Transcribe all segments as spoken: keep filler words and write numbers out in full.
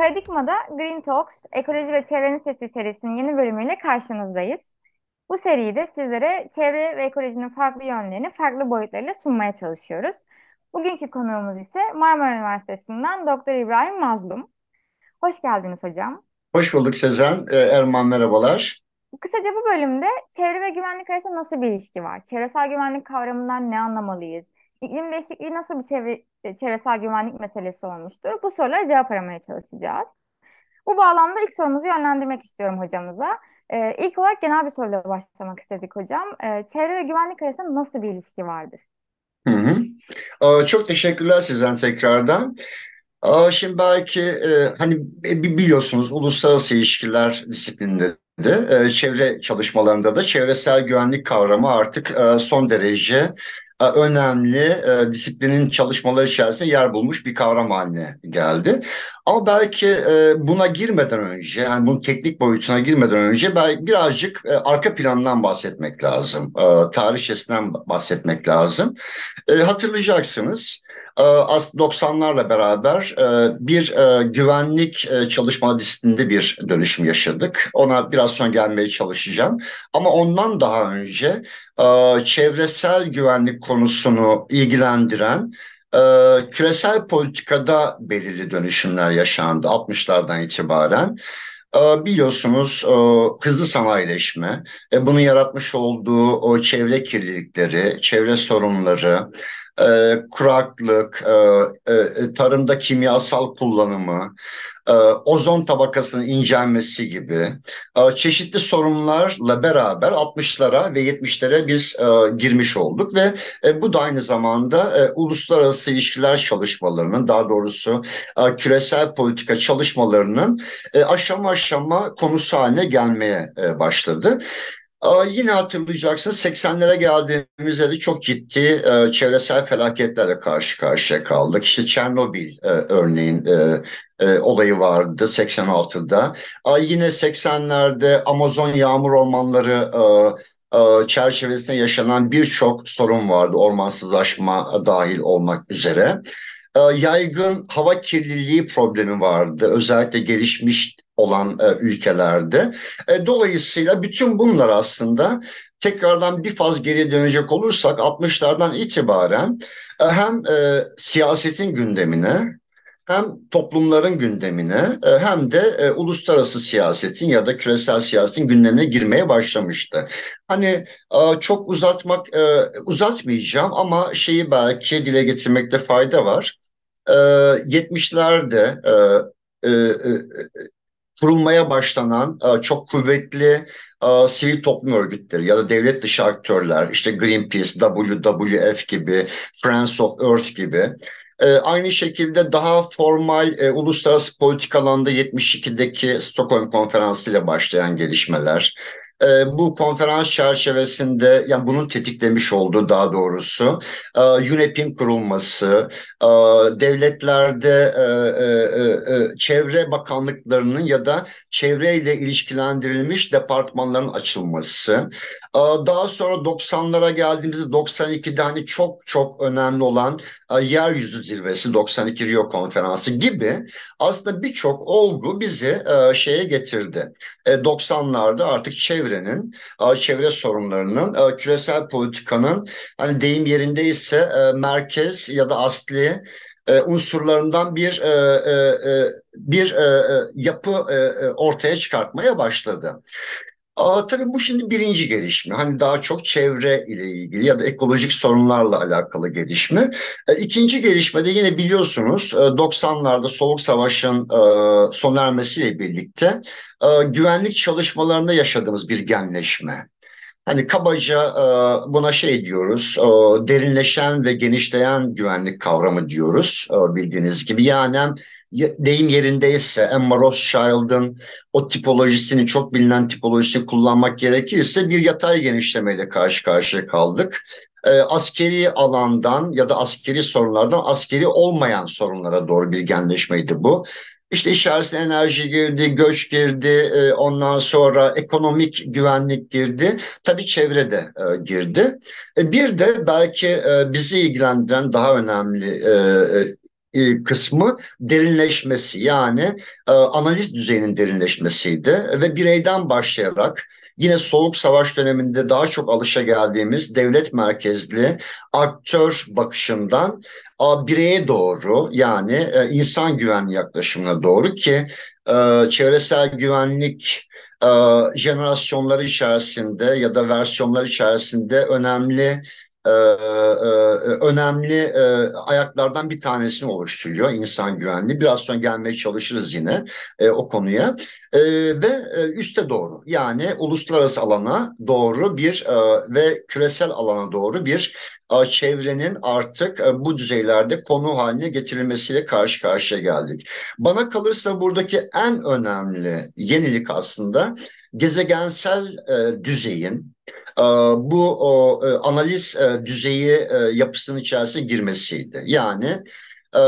Paradigma'da Green Talks, Ekoloji ve Çevrenin Sesi serisinin yeni bölümüyle karşınızdayız. Bu seride sizlere çevre ve ekolojinin farklı yönlerini farklı boyutlarıyla sunmaya çalışıyoruz. Bugünkü konuğumuz ise Marmara Üniversitesi'nden Doktor İbrahim Mazlum. Hoş geldiniz hocam. Hoş bulduk Sezen. Ee, Erman merhabalar. Kısaca bu bölümde çevre ve güvenlik arasında nasıl bir ilişki var? Çevresel güvenlik kavramından ne anlamalıyız? İklim değişikliği nasıl bir çevre, çevresel güvenlik meselesi olmuştur? Bu sorulara cevap aramaya çalışacağız. Bu bağlamda ilk sorumuzu yönlendirmek istiyorum hocamıza. Ee, ilk olarak genel bir soruyla başlamak istedik hocam. Ee, çevre ve güvenlik arasında nasıl bir ilişki vardır? Hı hı. Aa, çok teşekkürler Sezen tekrardan. Aa, şimdi belki e, hani e, bi- biliyorsunuz uluslararası ilişkiler disiplininde de e, çevre çalışmalarında da çevresel güvenlik kavramı artık e, son derece e, önemli e, disiplinin çalışmaları içerisinde yer bulmuş bir kavram haline geldi. Ama belki e, buna girmeden önce, yani bunun teknik boyutuna girmeden önce belki birazcık e, arka plandan bahsetmek lazım. E, tarihçesinden bahsetmek lazım. E, hatırlayacaksınız. E, as- doksanlarla beraber e, bir e, güvenlik e, çalışma disiplininde bir dönüşüm yaşadık. Ona biraz sonra gelmeye çalışacağım. Ama ondan daha önce e, çevresel güvenlik konusunu ilgilendiren e, küresel politikada belirli dönüşümler yaşandı altmışlardan itibaren. E, Biliyorsunuz e, hızlı sanayileşme, e, bunun yaratmış olduğu o çevre kirlilikleri, çevre sorunları, e, kuraklık, e, e, e, tarımda kimyasal kullanımı, e, ozon tabakasının incelmesi gibi e, çeşitli sorunlarla beraber altmışlara ve yetmişlere biz e, girmiş olduk ve e, bu da aynı zamanda e, uluslararası ilişkiler çalışmalarının, daha doğrusu e, küresel politika çalışmalarının e, aşama aşama konusu haline gelmeye e, başladı. Aa, yine hatırlayacaksın seksenlere geldiğimizde de çok ciddi e, çevresel felaketlerle karşı karşıya kaldık. İşte Çernobil e, örneğin e, e, olayı vardı seksen altıda. Aa, yine seksenlerde Amazon yağmur ormanları e, e, çerçevesinde yaşanan birçok sorun vardı. Ormansızlaşma dahil olmak üzere. E, yaygın hava kirliliği problemi vardı. Özellikle gelişmiş olan e, ülkelerde. E, dolayısıyla bütün bunlar aslında tekrardan bir faz geriye dönecek olursak altmışlardan itibaren e, hem e, siyasetin gündemine hem toplumların gündemine e, hem de e, uluslararası siyasetin ya da küresel siyasetin gündemine girmeye başlamıştı. Hani e, çok uzatmak e, uzatmayacağım ama şeyi belki dile getirmekte fayda var. E, yetmişlerde e, e, e, kurulmaya başlanan e, çok kuvvetli e, sivil toplum örgütleri ya da devlet dışı aktörler, işte Greenpeace, W W F gibi, Friends of Earth gibi. E, aynı şekilde daha formal e, uluslararası politika alanında yetmiş ikideki Stockholm Konferansı ile başlayan gelişmeler. E, bu konferans çerçevesinde, yani bunun tetiklemiş olduğu, daha doğrusu e, UNEP'in kurulması, e, devletlerde e, e, e, e, çevre bakanlıklarının ya da çevreyle ilişkilendirilmiş departmanların açılması. E, daha sonra doksanlara geldiğimizde doksan ikide hani çok çok önemli olan e, Yeryüzü Zirvesi, doksan iki Rio Konferansı gibi aslında birçok olgu bizi e, şeye getirdi. E, doksanlarda artık çevrenin, e, çevre sorunlarının, e, küresel politikanın, hani deyim yerindeyse e, merkez ya da asli e, unsurlarından bir e, e, e, bir e, e, yapı e, e, ortaya çıkartmaya başladı. Aa, tabii bu şimdi birinci gelişme. Hani daha çok çevre ile ilgili ya da ekolojik sorunlarla alakalı gelişme. E, ikinci gelişme de yine biliyorsunuz e, doksanlarda Soğuk Savaş'ın e, sona ermesiyle birlikte e, güvenlik çalışmalarında yaşadığımız bir genleşme. Hani kabaca e, buna şey diyoruz, e, derinleşen ve genişleyen güvenlik kavramı diyoruz e, bildiğiniz gibi. Yani hem ye- deyim yerindeyse Emma Rothschild'ın o tipolojisini, çok bilinen tipolojisini kullanmak gerekirse bir yatay genişlemeyle karşı karşıya kaldık. E, askeri alandan ya da askeri sorunlardan askeri olmayan sorunlara doğru bir genleşmeydi bu. İşte içerisine enerji girdi, göç girdi, e, ondan sonra ekonomik güvenlik girdi. Tabii çevre de e, girdi. E, bir de belki e, bizi ilgilendiren daha önemli e, e, kısmı derinleşmesi, yani e, analiz düzeyinin derinleşmesiydi ve bireyden başlayarak yine Soğuk Savaş döneminde daha çok alışageldiğimiz devlet merkezli aktör bakışından a, bireye doğru, yani e, insan güvenliği yaklaşımına doğru ki e, çevresel güvenlik e, jenerasyonları içerisinde ya da versiyonlar içerisinde önemli e, e, önemli e, ayaklardan bir tanesini oluşturuyor insan güvenliği. Biraz sonra gelmeye çalışırız yine e, o konuya. E, ve e, üste doğru, yani uluslararası alana doğru bir e, ve küresel alana doğru bir e, çevrenin artık e, bu düzeylerde konu haline getirilmesiyle karşı karşıya geldik. Bana kalırsa buradaki en önemli yenilik aslında gezegensel e, düzeyin e, bu o, e, analiz e, düzeyi e, yapısının içerisine girmesiydi. Yani e,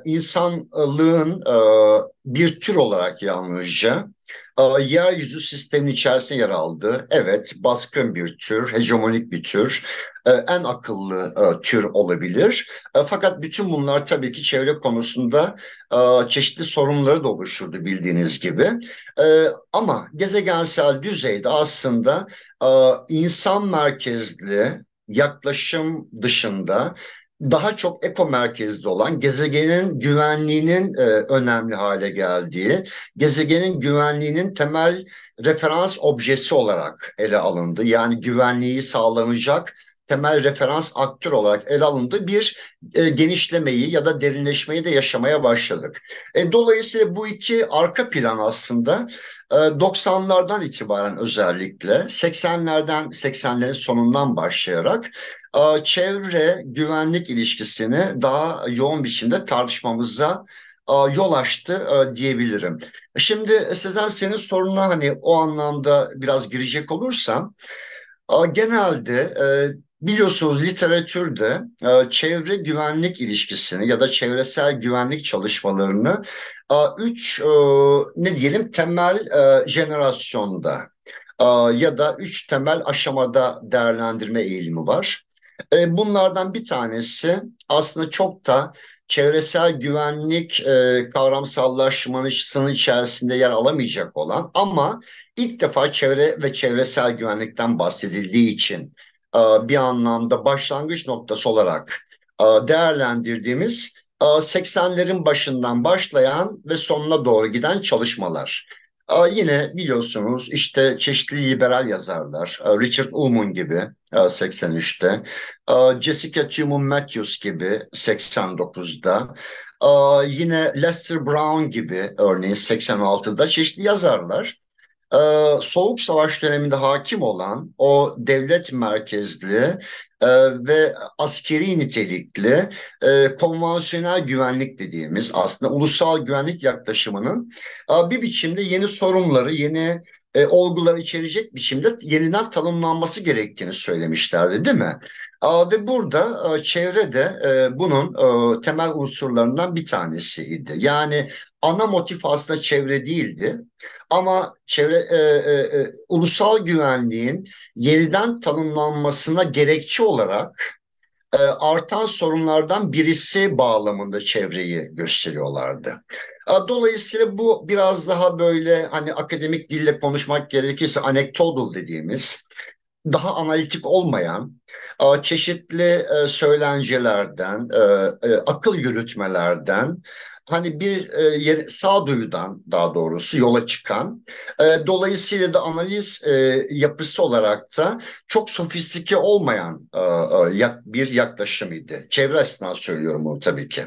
insanlığın e, bir tür olarak yalnızca e, yeryüzü sistemin içerisinde yer aldığı, evet, baskın bir tür, hegemonik bir tür, e, en akıllı e, tür olabilir. E, fakat bütün bunlar tabii ki çevre konusunda e, çeşitli sorunları da oluşturdu, bildiğiniz gibi. E, ama gezegensel düzeyde aslında e, insan merkezli yaklaşım dışında daha çok eko merkezli olan, gezegenin güvenliğinin e, önemli hale geldiği, gezegenin güvenliğinin temel referans objesi olarak ele alındı. Yani güvenliği sağlanacak temel referans aktör olarak ele alındı, bir e, genişlemeyi ya da derinleşmeyi de yaşamaya başladık. E, dolayısıyla bu iki arka plan aslında e, doksanlardan itibaren, özellikle seksenlerden seksenlerin sonundan başlayarak e, çevre güvenlik ilişkisini daha yoğun biçimde tartışmamıza e, yol açtı e, diyebilirim. Şimdi Sezen, senin soruna hani o anlamda biraz girecek olursam, a, genelde e, biliyorsunuz literatürde e, çevre güvenlik ilişkisini ya da çevresel güvenlik çalışmalarını a, üç e, ne diyelim temel e, jenerasyonda a, ya da üç temel aşamada değerlendirme eğilimi var. E, bunlardan bir tanesi aslında çok da çevresel güvenlik e, kavramsallaşmasının içerisinde yer alamayacak olan ama ilk defa çevre ve çevresel güvenlikten bahsedildiği için e, bir anlamda başlangıç noktası olarak e, değerlendirdiğimiz e, seksenlerin başından başlayan ve sonuna doğru giden çalışmalar. Aa, yine biliyorsunuz işte çeşitli liberal yazarlar, e, Richard Ullman gibi e, seksen üçte, e, Jessica Tuman Matthews gibi seksen dokuzda, e, yine Lester Brown gibi örneğin seksen altıda çeşitli yazarlar ee, Soğuk Savaş döneminde hakim olan o devlet merkezli e, ve askeri nitelikli e, konvansiyonel güvenlik dediğimiz aslında ulusal güvenlik yaklaşımının e, bir biçimde yeni sorunları, yeni e, olguları içerecek biçimde yeniden tanımlanması gerektiğini söylemişlerdi, değil mi? Aa, ve burada e, çevre de e, bunun e, temel unsurlarından bir tanesiydi. Yani ana motif aslında çevre değildi. Ama çevre e, e, e, ulusal güvenliğin yeniden tanımlanmasına gerekçe olarak e, artan sorunlardan birisi bağlamında çevreyi gösteriyorlardı. E, Dolayısıyla bu biraz daha böyle, hani akademik dille konuşmak gerekirse, anekdotal dediğimiz, daha analitik olmayan, e, çeşitli e, söylencelerden, e, e, akıl yürütmelerden, hani bir e, yer, sağduyudan daha doğrusu yola çıkan, e, dolayısıyla da analiz e, yapısı olarak da çok sofistike olmayan e, e, yak- bir yaklaşımıydı. Çevre açısından söylüyorum bunu tabii ki.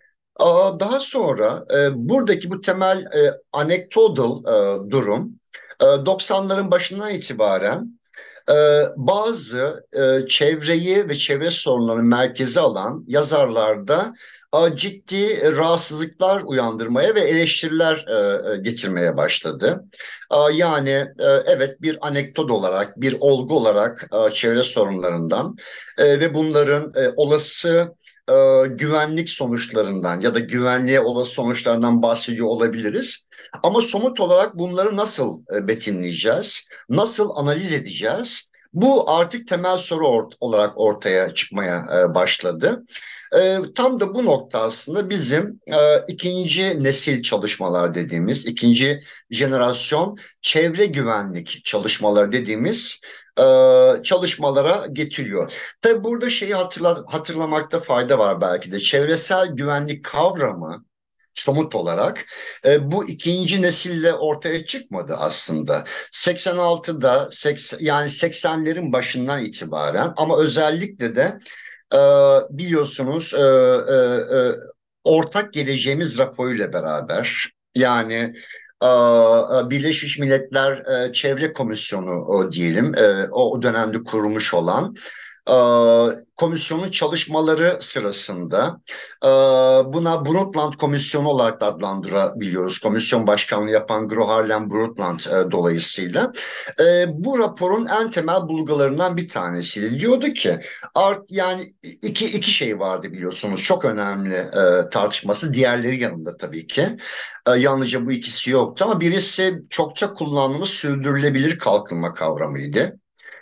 Aa, Daha sonra e, buradaki bu temel e, anekdotal e, durum e, doksanların başından itibaren ee, bazı e, çevreyi ve çevre sorunlarını merkeze alan yazarlarda e, ciddi rahatsızlıklar uyandırmaya ve eleştiriler e, e, getirmeye başladı. E, yani e, evet, bir anekdot olarak, bir olgu olarak e, çevre sorunlarından e, ve bunların e, olası e, güvenlik sonuçlarından ya da güvenliğe olası sonuçlarından bahsediyor olabiliriz. Ama somut olarak bunları nasıl e, betimleyeceğiz? Nasıl analiz edeceğiz? Bu artık temel soru ort olarak ortaya çıkmaya e, başladı. E, tam da bu nokta aslında bizim e, ikinci nesil çalışmalar dediğimiz, ikinci jenerasyon çevre güvenlik çalışmaları dediğimiz e, çalışmalara getiriyor. Tabi burada şeyi hatırla, hatırlamakta fayda var belki de. Çevresel güvenlik kavramı somut olarak e, bu ikinci nesille ortaya çıkmadı aslında. seksen altıda seksen, yani seksenlerin başından itibaren ama özellikle de e, biliyorsunuz e, e, e, ortak geleceğimiz raporuyla beraber yani e, e, Birleşmiş Milletler e, Çevre Komisyonu o diyelim e, o, o dönemde kurulmuş olan e, komisyonun çalışmaları sırasında e, buna Brundtland Komisyonu olarak da adlandırabiliyoruz. Komisyon başkanlığı yapan Gro Harlem Brundtland e, dolayısıyla. E, bu raporun en temel bulgularından bir tanesiydi. Diyordu ki art, yani iki, iki şey vardı biliyorsunuz. Çok önemli e, tartışması. Diğerleri yanında tabii ki. E, yalnızca bu ikisi yoktu ama birisi çokça kullandığımız sürdürülebilir kalkınma kavramıydı.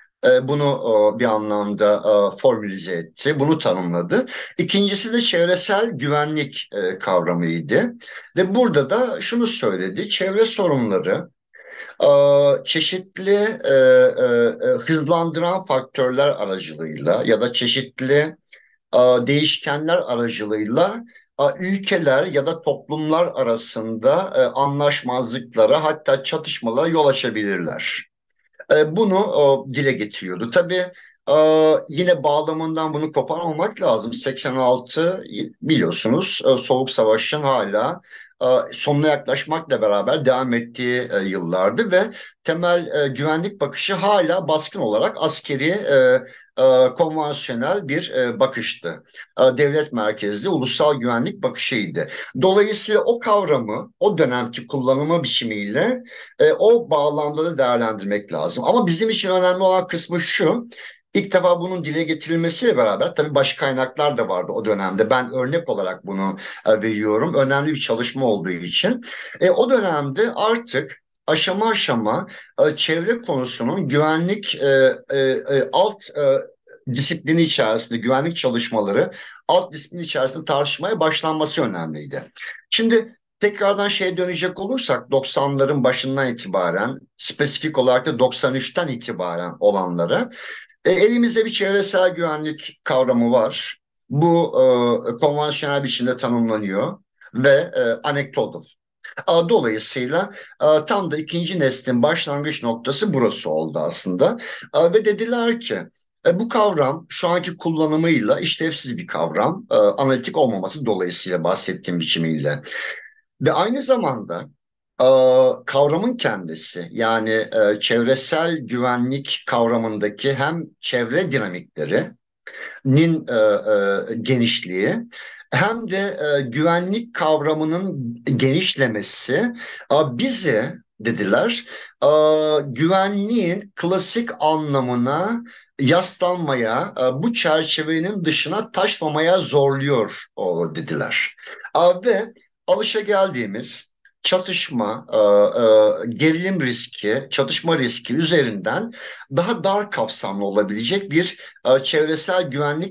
E, Bunu e, bir anlamda e, formülize etti, bunu tanımladı. İkincisi de çevresel güvenlik e, kavramıydı. Ve burada da şunu söyledi, çevre sorunları e, çeşitli e, e, e, hızlandıran faktörler aracılığıyla ya da çeşitli e, değişkenler aracılığıyla e, ülkeler ya da toplumlar arasında e, anlaşmazlıklara hatta çatışmalara yol açabilirler. E, bunu e, dile getiriyordu. Tabii e, yine bağlamından bunu koparmamak lazım. seksen altı biliyorsunuz e, Soğuk Savaş'ın hala e, sonuna yaklaşmakla beraber devam ettiği e, yıllardı ve temel e, güvenlik bakışı hala baskın olarak askeri e, e, konvansiyonel bir e, bakıştı. E, devlet merkezli ulusal güvenlik bakışıydı. Dolayısıyla o kavramı o dönemki kullanımı biçimiyle e, o bağlamda da değerlendirmek lazım. Ama bizim için önemli olan kısmı şu. İlk defa bunun dile getirilmesiyle beraber tabii başka kaynaklar da vardı o dönemde. Ben örnek olarak bunu e, veriyorum. Önemli bir çalışma olduğu için. E, o dönemde artık aşama aşama e, çevre konusunun güvenlik e, e, e, alt e, disiplini içerisinde güvenlik çalışmaları alt disiplini içerisinde tartışmaya başlanması önemliydi. Şimdi tekrardan şeye dönecek olursak doksanların başından itibaren spesifik olarak da doksan üçten itibaren olanlara e, elimizde bir çevresel güvenlik kavramı var. Bu e, konvansiyonel biçimde tanımlanıyor ve e, anekdotal. A, Dolayısıyla e, tam da ikinci neslin başlangıç noktası burası oldu aslında. E, Ve dediler ki e, bu kavram şu anki kullanımıyla işlevsiz bir kavram. E, Analitik olmaması dolayısıyla bahsettiğim biçimiyle. Ve aynı zamanda e, kavramın kendisi yani e, çevresel güvenlik kavramındaki hem çevre dinamikleri nin e, e, genişliği hem de e, güvenlik kavramının genişlemesi e, bizi dediler e, güvenliğin klasik anlamına yaslanmaya, e, bu çerçevenin dışına taşmamaya zorluyor o dediler. E, ve alışageldiğimiz çatışma, e, e, gerilim riski, çatışma riski üzerinden daha dar kapsamlı olabilecek bir e, çevresel güvenlik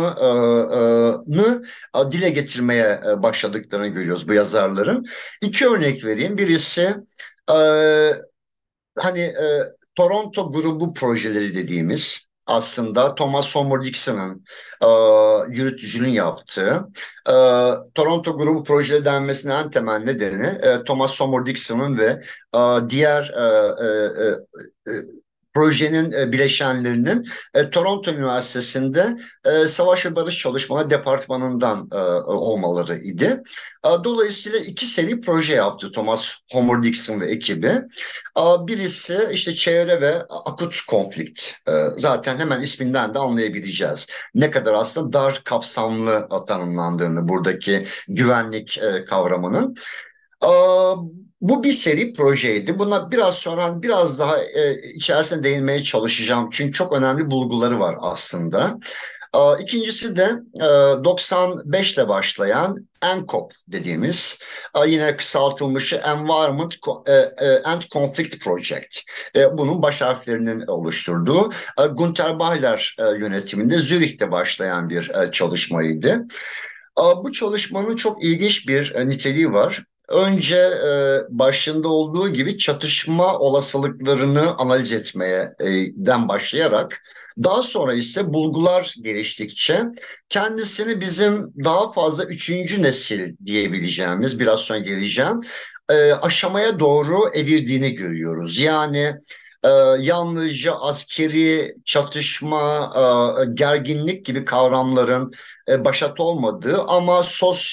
tanımını e, dile getirmeye e, başladıklarını görüyoruz bu yazarların. İki örnek vereyim. Birisi e, hani e, Toronto grubu projeleri dediğimiz aslında Thomas Homer Dixon'ın e, yürütücünün yaptığı e, Toronto grubu projeleri denmesinin en temel nedeni e, Thomas Homer Dixon'ın ve e, diğer e, e, e, e, projenin e, bileşenlerinin e, Toronto Üniversitesi'nde e, Savaş ve Barış Çalışmaları Departmanı'ndan e, olmaları idi. E, dolayısıyla iki seri proje yaptı Thomas Homer Dixon ve ekibi. Birisi işte çevre ve akut konflikt. Ee, Zaten hemen isminden de anlayabileceğiz. Ne kadar aslında dar kapsamlı tanımlandığını buradaki güvenlik e, kavramının. Aa, Bu bir seri projeydi. Buna biraz sonra hani biraz daha e, içerisine değinmeye çalışacağım. Çünkü çok önemli bulguları var aslında. E, İkincisi de e, doksan beşle başlayan ENCOP dediğimiz, e, yine kısaltılmışı Environment Co- e, e, and Conflict Project. E, Bunun baş harflerinin oluşturduğu, e, Günter Bayler e, yönetiminde Zürih'te başlayan bir e, çalışmaydı. Aa, Bu çalışmanın çok ilginç bir e, niteliği var. Önce e, başında olduğu gibi çatışma olasılıklarını analiz etmeye e, den başlayarak, daha sonra ise bulgular geliştikçe kendisini bizim daha fazla üçüncü nesil diyebileceğimiz, biraz sonra geleceğim, e, aşamaya doğru evirdiğini görüyoruz. Yani e, yalnızca askeri çatışma, e, gerginlik gibi kavramların e, başat olmadığı ama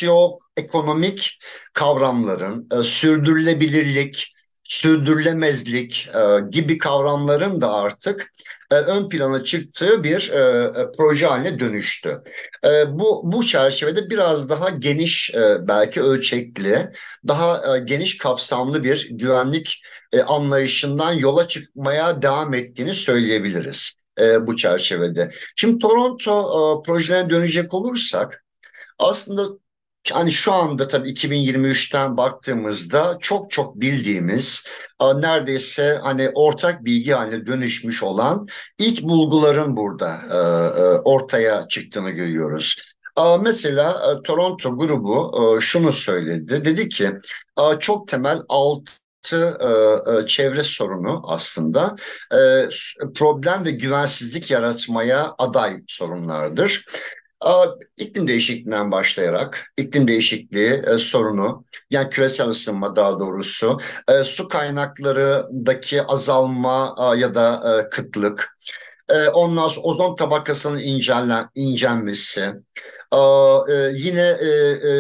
sosyoekonomik kavramların, e, sürdürülebilirlik, sürdürülemezlik e, gibi kavramların da artık e, ön plana çıktığı bir e, e, proje haline dönüştü. E, bu bu çerçevede biraz daha geniş, e, belki ölçekli, daha e, geniş kapsamlı bir güvenlik e, anlayışından yola çıkmaya devam ettiğini söyleyebiliriz e, bu çerçevede. Şimdi Toronto e, projelerine dönecek olursak, aslında hani şu anda tabii iki bin yirmi üçten baktığımızda çok çok bildiğimiz, e, neredeyse hani ortak bilgi haline dönüşmüş olan ilk bulguların burada e, e, ortaya çıktığını görüyoruz. E, Mesela e, Toronto grubu e, şunu söyledi. Dedi ki e, çok temel altı e, e, çevre sorunu aslında e, s- problem ve güvensizlik yaratmaya aday sorunlardır. Aa, İklim değişikliğinden başlayarak, iklim değişikliği e, sorunu, yani küresel ısınma daha doğrusu, e, su kaynaklarındaki azalma a, ya da e, kıtlık, e, ondan sonra ozon tabakasının incelen, incelmesi, aa, e, yine e,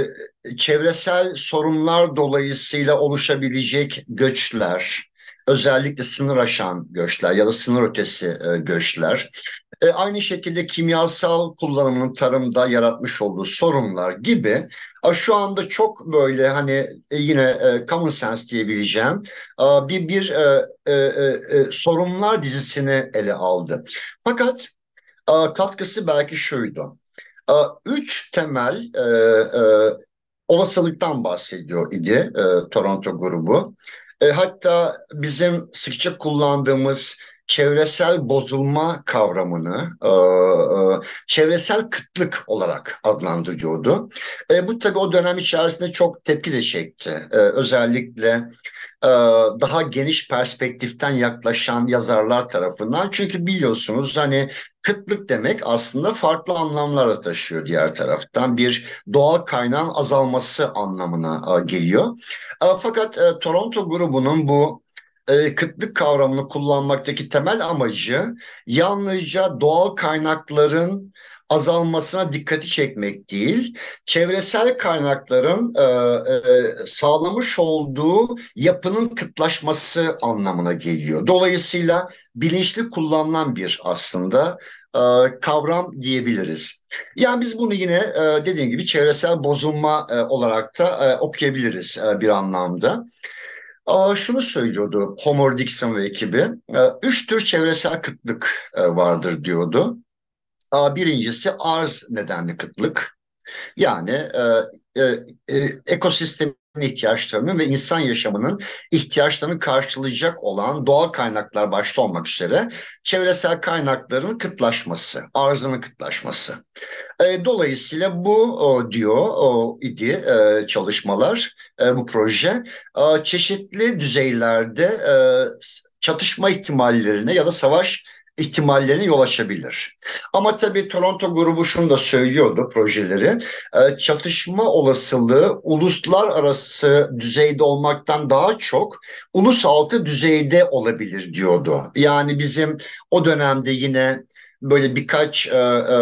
e, çevresel sorunlar dolayısıyla oluşabilecek göçler, özellikle sınır aşan göçler ya da sınır ötesi e, göçler. E, aynı şekilde kimyasal kullanımının tarımda yaratmış olduğu sorunlar gibi, a, şu anda çok böyle hani e, yine e, common sense diyebileceğim a, bir bir e, e, e, e, sorunlar dizisini ele aldı. Fakat a, katkısı belki şuydu. A, Üç temel e, e, olasılıktan bahsediyor idi e, Toronto grubu. E, hatta bizim sıkça kullandığımız çevresel bozulma kavramını e, e, çevresel kıtlık olarak adlandırıyordu. E, bu tabii o dönem içerisinde çok tepki de çekti. E, özellikle e, daha geniş perspektiften yaklaşan yazarlar tarafından. Çünkü biliyorsunuz hani kıtlık demek aslında farklı anlamlar da taşıyor diğer taraftan. Bir doğal kaynağın azalması anlamına e, geliyor. E, Fakat e, Toronto grubunun bu e, kıtlık kavramını kullanmaktaki temel amacı yalnızca doğal kaynakların azalmasına dikkati çekmek değil, çevresel kaynakların e, e, sağlamış olduğu yapının kıtlaşması anlamına geliyor. Dolayısıyla bilinçli kullanılan bir aslında e, kavram diyebiliriz. Yani biz bunu yine e, dediğim gibi çevresel bozulma e, olarak da e, okuyabiliriz e, bir anlamda. Aa, şunu söylüyordu Homer Dixon ve ekibi, e, üç tür çevresel kıtlık e, vardır diyordu. Aa, birincisi arz nedenli kıtlık. Yani e, e, e, ekosistemin ihtiyaçlarını ve insan yaşamının ihtiyaçlarını karşılayacak olan doğal kaynaklar başta olmak üzere çevresel kaynakların kıtlaşması, arzının kıtlaşması. E, dolayısıyla bu o, diyor o idi e, çalışmalar, e, bu proje e, çeşitli düzeylerde e, çatışma ihtimallerine ya da savaş ihtimallerine yol açabilir. Ama tabii Toronto grubu şunu da söylüyordu projeleri. e, çatışma olasılığı uluslararası düzeyde olmaktan daha çok ulusaltı düzeyde olabilir diyordu. Yani bizim o dönemde yine böyle birkaç e, e,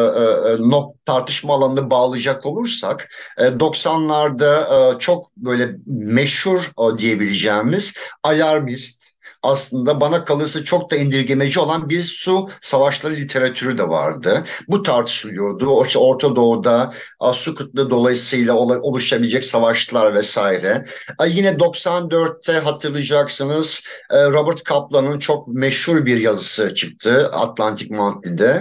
e, nok tartışma alanını bağlayacak olursak, e, doksanlarda e, çok böyle meşhur o diyebileceğimiz alarmist, aslında bana kalırsa çok da indirgemeci olan bir su savaşları literatürü de vardı. Bu tartışılıyordu. O işte Orta Doğu'da a, su kıtlığı dolayısıyla ola- oluşabilecek savaşlar vesaire. A, yine doksan dörtte hatırlayacaksınız, e, Robert Kaplan'ın çok meşhur bir yazısı çıktı Atlantic Monthly'de.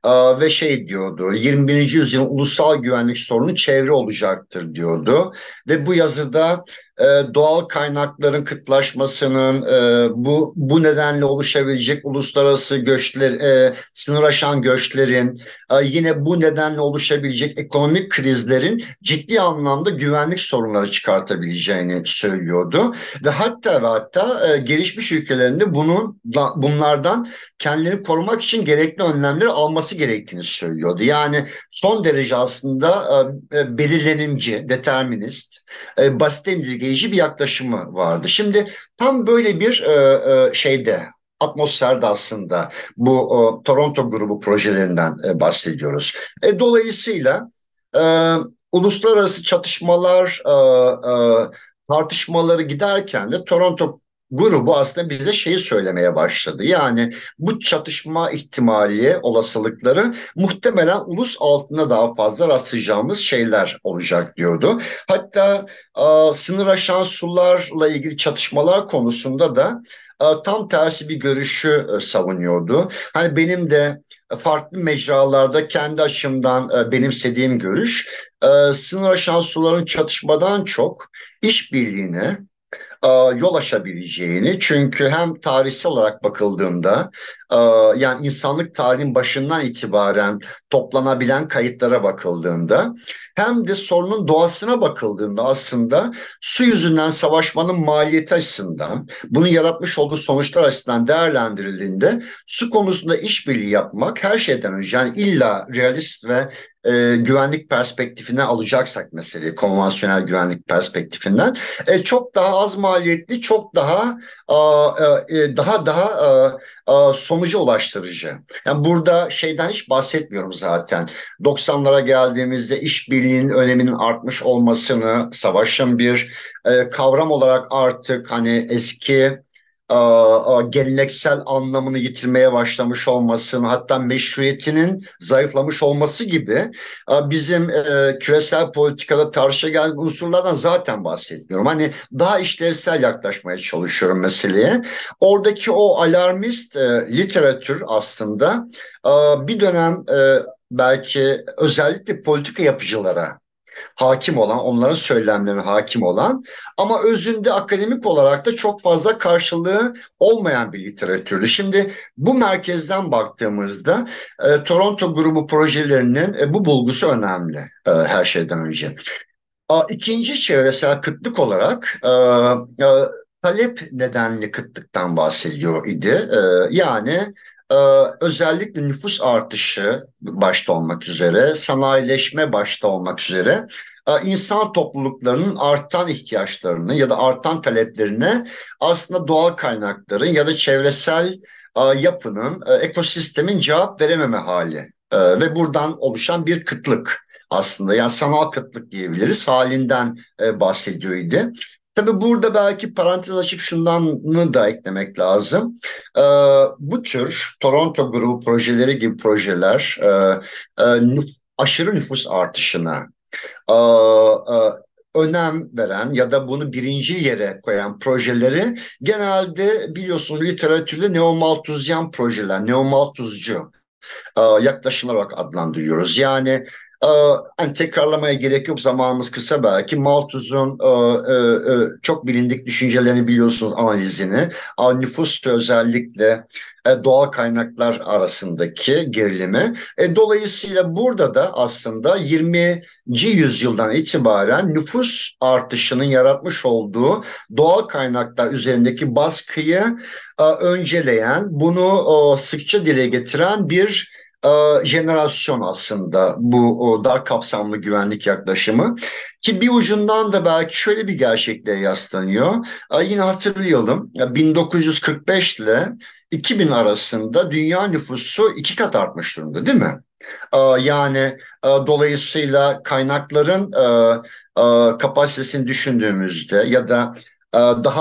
Aa, ve şey diyordu, yirmi birinci yüzyılın ulusal güvenlik sorunu çevre olacaktır diyordu. Ve bu yazıda e, doğal kaynakların kıtlaşmasının, e, bu bu nedenle oluşabilecek uluslararası göçler, e, sınır aşan göçlerin, e, yine bu nedenle oluşabilecek ekonomik krizlerin ciddi anlamda güvenlik sorunları çıkartabileceğini söylüyordu. Ve hatta ve hatta e, gelişmiş ülkelerinde bunun bunlardan kendini korumak için gerekli önlemleri alması gerektiğini söylüyordu. Yani son derece aslında e, e, belirlenimci, determinist, e, basit indirgeyici bir yaklaşımı vardı. Şimdi tam böyle bir e, e, şeyde, atmosferde aslında bu e, Toronto grubu projelerinden e, bahsediyoruz. E, dolayısıyla e, uluslararası çatışmalar, e, e, tartışmaları giderken de Toronto grubu aslında bize şeyi söylemeye başladı. Yani bu çatışma ihtimali, olasılıkları muhtemelen ulus altında daha fazla rastlayacağımız şeyler olacak diyordu. Hatta e, sınır aşan sularla ilgili çatışmalar konusunda da e, tam tersi bir görüşü e, savunuyordu. Hani benim de farklı mecralarda kendi açımdan e, benimsediğim görüş, e, sınır aşan suların çatışmadan çok işbirliğine, e, yol açabileceğini, çünkü hem tarihsel olarak bakıldığında, e, yani insanlık tarihinin başından itibaren toplanabilen kayıtlara bakıldığında, hem de sorunun doğasına bakıldığında aslında su yüzünden savaşmanın maliyeti açısından, bunun yaratmış olduğu sonuçlar açısından değerlendirildiğinde su konusunda işbirliği yapmak her şeyden önce, yani illa realist ve e, güvenlik perspektifine alacaksak meseleyi, konvansiyonel güvenlik perspektifinden, e, çok daha az maliyetli, çok daha a, e, daha daha a, a, sonuca ulaştırıcı. Yani burada şeyden hiç bahsetmiyorum zaten. doksanlara geldiğimizde işbirliğinin öneminin artmış olmasını, savaşın bir e, kavram olarak artık hani eski a, a, geleneksel anlamını yitirmeye başlamış olmasını, hatta meşruiyetinin zayıflamış olması gibi a, bizim e, küresel politikada tartışa gelen unsurlardan zaten bahsetmiyorum. Hani daha işlevsel yaklaşmaya çalışıyorum meseleye. Oradaki o alarmist e, literatür aslında e, bir dönem e, belki özellikle politika yapıcılara hakim olan, onların söylemlerine hakim olan, ama özünde akademik olarak da çok fazla karşılığı olmayan bir literatürdü. Şimdi bu merkezden baktığımızda e, Toronto grubu projelerinin e, bu bulgusu önemli e, her şeyden önce. A, İkinci çevresel kıtlık olarak e, e, talep nedenli kıtlıktan bahsediyor idi. E, yani e, özellikle nüfus artışı başta olmak üzere, sanayileşme başta olmak üzere e, insan topluluklarının artan ihtiyaçlarını ya da artan taleplerine aslında doğal kaynakların ya da çevresel e, yapının, e, ekosistemin cevap verememe hali. E, ve buradan oluşan bir kıtlık aslında. Yani sanal kıtlık diyebiliriz. Halinden e, bahsediyordu. Tabii burada belki parantez açıp şundan da eklemek lazım. E, bu tür Toronto grubu projeleri gibi projeler e, e, nüf- aşırı nüfus artışına e, e, önem veren ya da bunu birinci yere koyan projeleri genelde biliyorsunuz literatürde neomaltuzyan projeler, neomaltuzcu e, yaklaşımlar olarak adlandırıyoruz. Yani e, hani tekrarlamaya gerek yok, zamanımız kısa belki. Malthus'un e, e, e, çok bilindik düşüncelerini biliyorsunuz, analizini. A, nüfus ve özellikle e, doğal kaynaklar arasındaki gerilimi. E, dolayısıyla burada da aslında yirminci yüzyıldan itibaren nüfus artışının yaratmış olduğu doğal kaynaklar üzerindeki baskıyı e, önceleyen, bunu e, sıkça dile getiren bir e, jenerasyon aslında bu o dar kapsamlı güvenlik yaklaşımı, ki bir ucundan da belki şöyle bir gerçekliğe yaslanıyor. E, yine hatırlayalım, e, bin dokuz yüz kırk beş ile iki bin arasında dünya nüfusu iki kat artmış durumda, değil mi? E, yani e, dolayısıyla kaynakların e, e, kapasitesini düşündüğümüzde ya da e, daha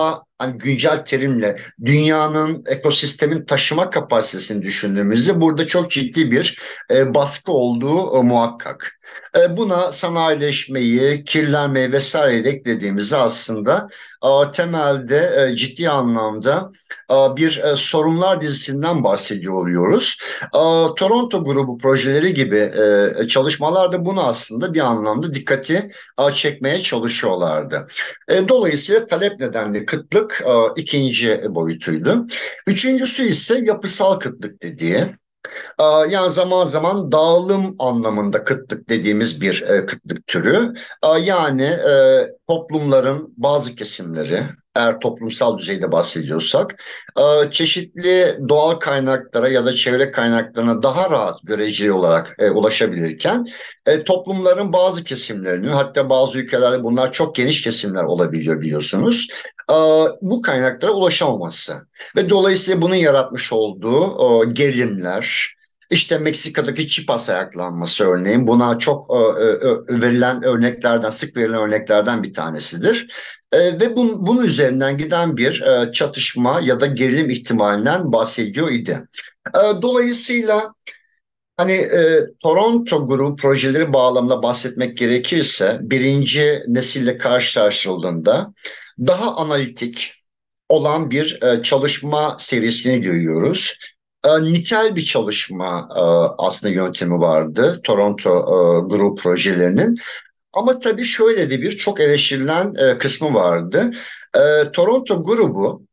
hani güncel terimle dünyanın ekosistemin taşıma kapasitesini düşündüğümüzde burada çok ciddi bir e, baskı olduğu e, muhakkak. E, buna sanayileşmeyi, kirlenmeyi vesaire de eklediğimizde aslında e, temelde e, ciddi anlamda e, bir e, sorunlar dizisinden bahsediyor oluyoruz. E, Toronto grubu projeleri gibi e, çalışmalar da bunu aslında bir anlamda dikkati e, çekmeye çalışıyorlardı. E, dolayısıyla talep nedenli kıtlık e, ikinci boyutuydu. Üçüncüsü ise yapısal kıtlık dediği. Ee, Yani zaman zaman dağılım anlamında kıtlık dediğimiz bir e, kıtlık türü. Ee, Yani e, toplumların bazı kesimleri, eğer toplumsal düzeyde bahsediyorsak, e, çeşitli doğal kaynaklara ya da çevre kaynaklarına daha rahat göreceli olarak e, ulaşabilirken, e, toplumların bazı kesimlerinin, hatta bazı ülkelerde bunlar çok geniş kesimler olabiliyor biliyorsunuz, e, bu kaynaklara ulaşamaması. Ve dolayısıyla bunun yaratmış olduğu o, gerilimler, işte Meksika'daki Chiapas ayaklanması örneğin buna çok e, e, verilen örneklerden, sık verilen örneklerden bir tanesidir. E, ve bun, bunun üzerinden giden bir e, çatışma ya da gerilim ihtimalinden bahsediyor idi. E, dolayısıyla hani e, Toronto grubu projeleri bağlamında bahsetmek gerekirse birinci nesille karşılaştırıldığında daha analitik olan bir e, çalışma serisini görüyoruz. E, nitel bir çalışma e, aslında yöntemi vardı Toronto e, grup projelerinin. Ama tabii şöyle de bir çok eleştirilen e, kısmı vardı. E, Toronto grubu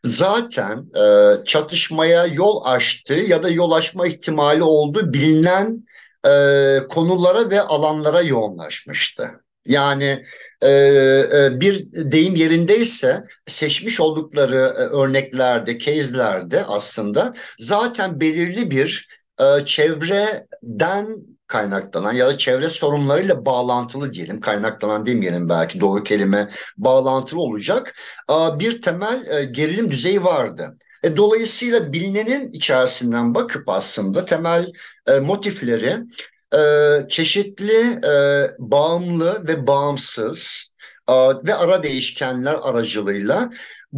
zaten e, çatışmaya yol açtığı ya da yol açma ihtimali olduğu bilinen e, konulara ve alanlara yoğunlaşmıştı. Yani e, e, bir deyim yerindeyse seçmiş oldukları e, örneklerde, case'lerde aslında zaten belirli bir e, çevreden kaynaklanan ya da çevre sorunlarıyla bağlantılı diyelim, kaynaklanan demeyelim belki doğru kelime, bağlantılı olacak e, bir temel e, gerilim düzeyi vardı. E, dolayısıyla bilinenin içerisinden bakıp aslında temel e, motifleri e, çeşitli e, bağımlı ve bağımsız e, ve ara değişkenler aracılığıyla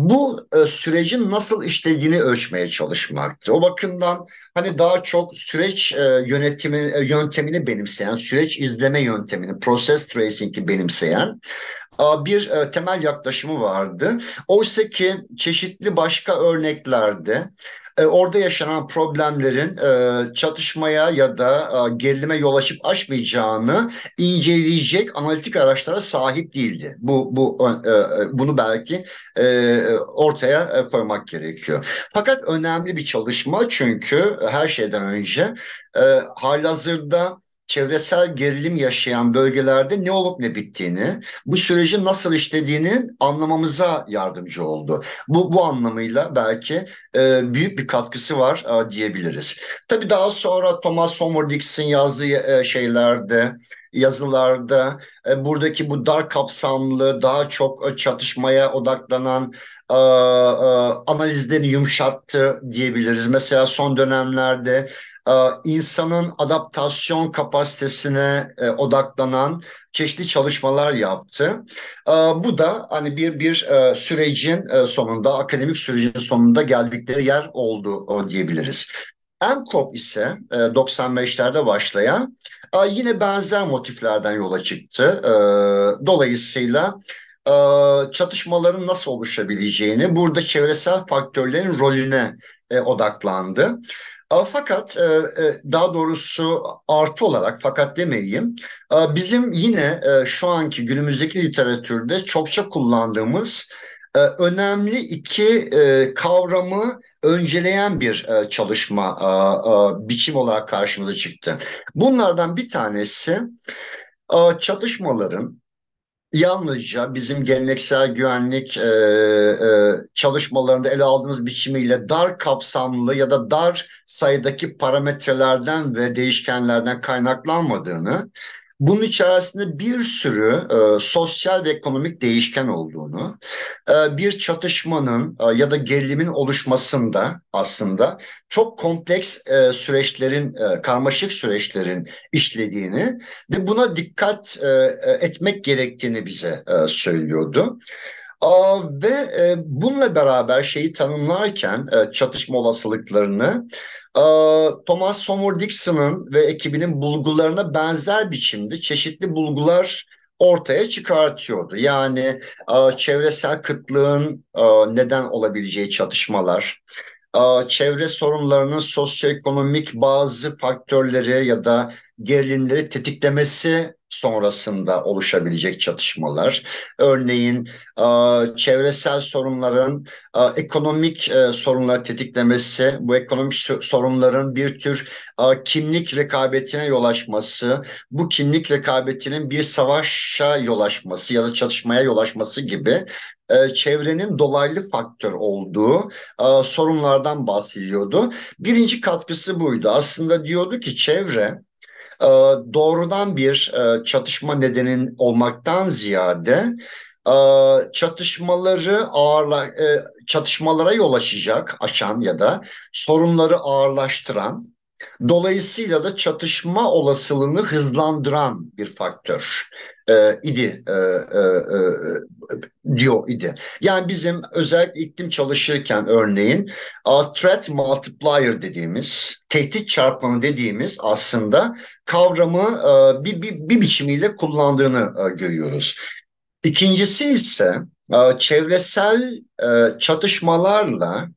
bu e, sürecin nasıl işlediğini ölçmeye çalışmaktı. O bakımdan hani daha çok süreç e, yönetimi e, yöntemini benimseyen, süreç izleme yöntemini, process tracing'i benimseyen a, bir e, temel yaklaşımı vardı. Oysa ki çeşitli başka örneklerde e, orada yaşanan problemlerin e, çatışmaya ya da e, gerilime yol açıp açmayacağını inceleyecek analitik araçlara sahip değildi. Bu bu e, e, bunu belki e, ortaya e, koymak gerekiyor. Fakat önemli bir çalışma çünkü her şeyden önce e, halihazırda çevresel gerilim yaşayan bölgelerde ne olup ne bittiğini, bu sürecin nasıl işlediğini anlamamıza yardımcı oldu. Bu, bu anlamıyla belki e, büyük bir katkısı var e, diyebiliriz. Tabii daha sonra Thomas Homer Dixon yazdığı e, şeylerde, yazılarda e, buradaki bu dar kapsamlı, daha çok e, çatışmaya odaklanan e, e, analizlerini yumuşattı diyebiliriz. Mesela son dönemlerde e, insanın adaptasyon kapasitesine e, odaklanan çeşitli çalışmalar yaptı. E, Bu da hani bir bir e, sürecin e, sonunda, akademik sürecin sonunda geldikleri yer oldu o diyebiliriz. ENCOP ise e, doksan beşlerde başlayan e, yine benzer motiflerden yola çıktı. E, Dolayısıyla e, çatışmaların nasıl oluşabileceğini, burada çevresel faktörlerin rolüne e, odaklandı. E, Fakat e, e, daha doğrusu artı olarak fakat demeyeyim, e, bizim yine e, şu anki günümüzdeki literatürde çokça kullandığımız e, önemli iki e, kavramı önceleyen bir e, çalışma e, e, biçim olarak karşımıza çıktı. Bunlardan bir tanesi e, çatışmaların yalnızca bizim geleneksel güvenlik e, e, çalışmalarında ele aldığımız biçimiyle dar kapsamlı ya da dar sayıdaki parametrelerden ve değişkenlerden kaynaklanmadığını, bunun içerisinde bir sürü e, sosyal ve ekonomik değişken olduğunu, e, bir çatışmanın e, ya da gerilimin oluşmasında aslında çok kompleks e, süreçlerin, e, karmaşık süreçlerin işlediğini ve buna dikkat e, e, etmek gerektiğini bize e, söylüyordu. Aa, ve e, bununla beraber şeyi tanımlarken e, çatışma olasılıklarını e, Thomas Seymour Dixon'ın ve ekibinin bulgularına benzer biçimde çeşitli bulgular ortaya çıkartıyordu. Yani e, çevresel kıtlığın e, neden olabileceği çatışmalar, e, çevre sorunlarının sosyoekonomik bazı faktörleri ya da gerilimleri tetiklemesi sonrasında oluşabilecek çatışmalar. Örneğin e, çevresel sorunların e, ekonomik e, sorunları tetiklemesi, bu ekonomik so- sorunların bir tür e, kimlik rekabetine yol açması, bu kimlik rekabetinin bir savaşa yol açması ya da çatışmaya yol açması gibi e, çevrenin dolaylı faktör olduğu e, sorunlardan bahsediyordu. Birinci katkısı buydu. Aslında diyordu ki çevre e, doğrudan bir e, çatışma nedenin olmaktan ziyade e, çatışmaları ağırla e, çatışmalara yol açacak, açan ya da sorunları ağırlaştıran, dolayısıyla da çatışma olasılığını hızlandıran bir faktör e, idi e, e, e, diyor idi. Yani bizim özellikle iklim çalışırken örneğin a, threat multiplier dediğimiz, tehdit çarpanı dediğimiz aslında kavramı e, bir, bir, bir biçimiyle kullandığını e, görüyoruz. İkincisi ise e, çevresel e, çatışmalarla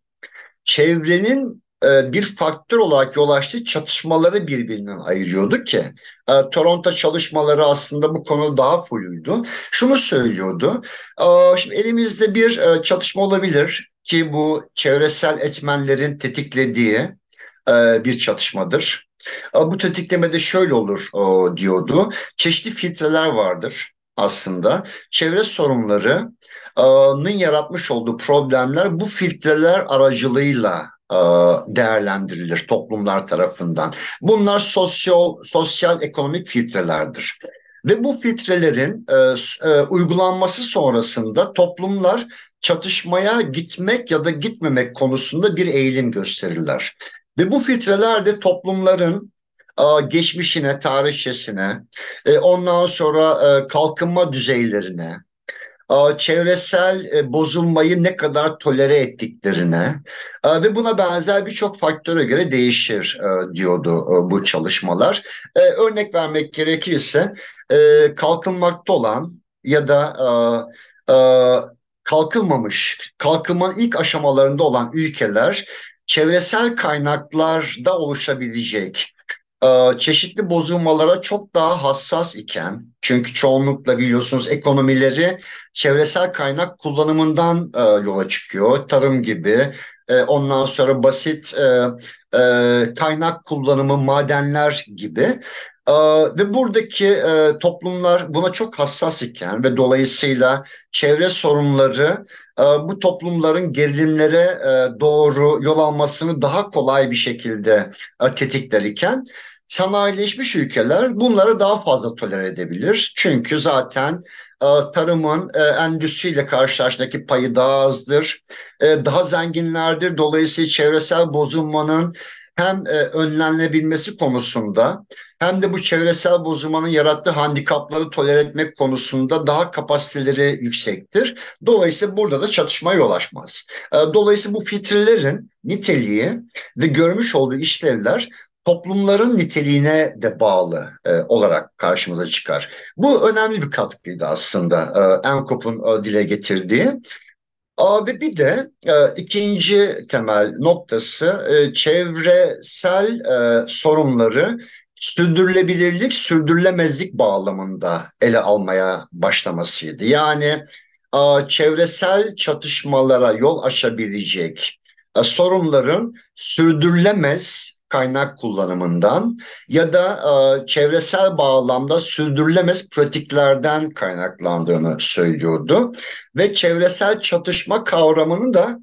çevrenin e, bir faktör olarak yol açtığı çatışmaları birbirinden ayırıyordu ki e, Toronto çalışmaları aslında bu konuda daha fulluydu. Şunu söylüyordu. E, şimdi elimizde bir e, çatışma olabilir ki bu çevresel etmenlerin tetiklediği e, bir çatışmadır. E, bu tetikleme de şöyle olur o, diyordu. Çeşitli filtreler vardır aslında. Çevre sorunlarının yaratmış olduğu problemler bu filtreler aracılığıyla e, değerlendirilir toplumlar tarafından. Bunlar sosyal, sosyal ekonomik filtrelerdir. Ve bu filtrelerin e, e, uygulanması sonrasında toplumlar çatışmaya gitmek ya da gitmemek konusunda bir eğilim gösterirler. Ve bu filtreler de toplumların e, geçmişine, tarihçesine, e, ondan sonra e, kalkınma düzeylerine, e, çevresel e, bozulmayı ne kadar tolere ettiklerine e, ve buna benzer birçok faktöre göre değişir e, diyordu e, bu çalışmalar. E, örnek vermek gerekirse e, kalkınmakta olan ya da e, e, kalkınmamış, kalkınmanın ilk aşamalarında olan ülkeler çevresel kaynaklarda oluşabilecek e, çeşitli bozulmalara çok daha hassas iken, çünkü çoğunlukla biliyorsunuz ekonomileri çevresel kaynak kullanımından e, yola çıkıyor. Tarım gibi, e, ondan sonra basit e, e, kaynak kullanımı, madenler gibi. E, ve buradaki e, toplumlar buna çok hassas iken ve dolayısıyla çevre sorunları e, bu toplumların gerilimlere e, doğru yol almasını daha kolay bir şekilde e, tetikler iken, sanayileşmiş ülkeler bunları daha fazla tolere edebilir. Çünkü zaten e, tarımın e, endüstriyle karşılaştaki payı daha azdır, e, daha zenginlerdir. Dolayısıyla çevresel bozulmanın hem e, önlenebilmesi konusunda hem de bu çevresel bozulmanın yarattığı handikapları tolere etmek konusunda daha kapasiteleri yüksektir. Dolayısıyla burada da çatışmaya yol açmaz. E, Dolayısıyla bu filtrelerin niteliği ve görmüş olduğu işlevler toplumların niteliğine de bağlı e, olarak karşımıza çıkar. Bu önemli bir katkıydı aslında e, Enkop'un e, dile getirdiği. Aa, ve bir de e, ikinci temel noktası e, çevresel e, sorunları sürdürülebilirlik, sürdürülemezlik bağlamında ele almaya başlamasıydı. Yani a, çevresel çatışmalara yol açabilecek e, sorunların sürdürülemez kaynak kullanımından ya da e, çevresel bağlamda sürdürülemez pratiklerden kaynaklandığını söylüyordu ve çevresel çatışma kavramını da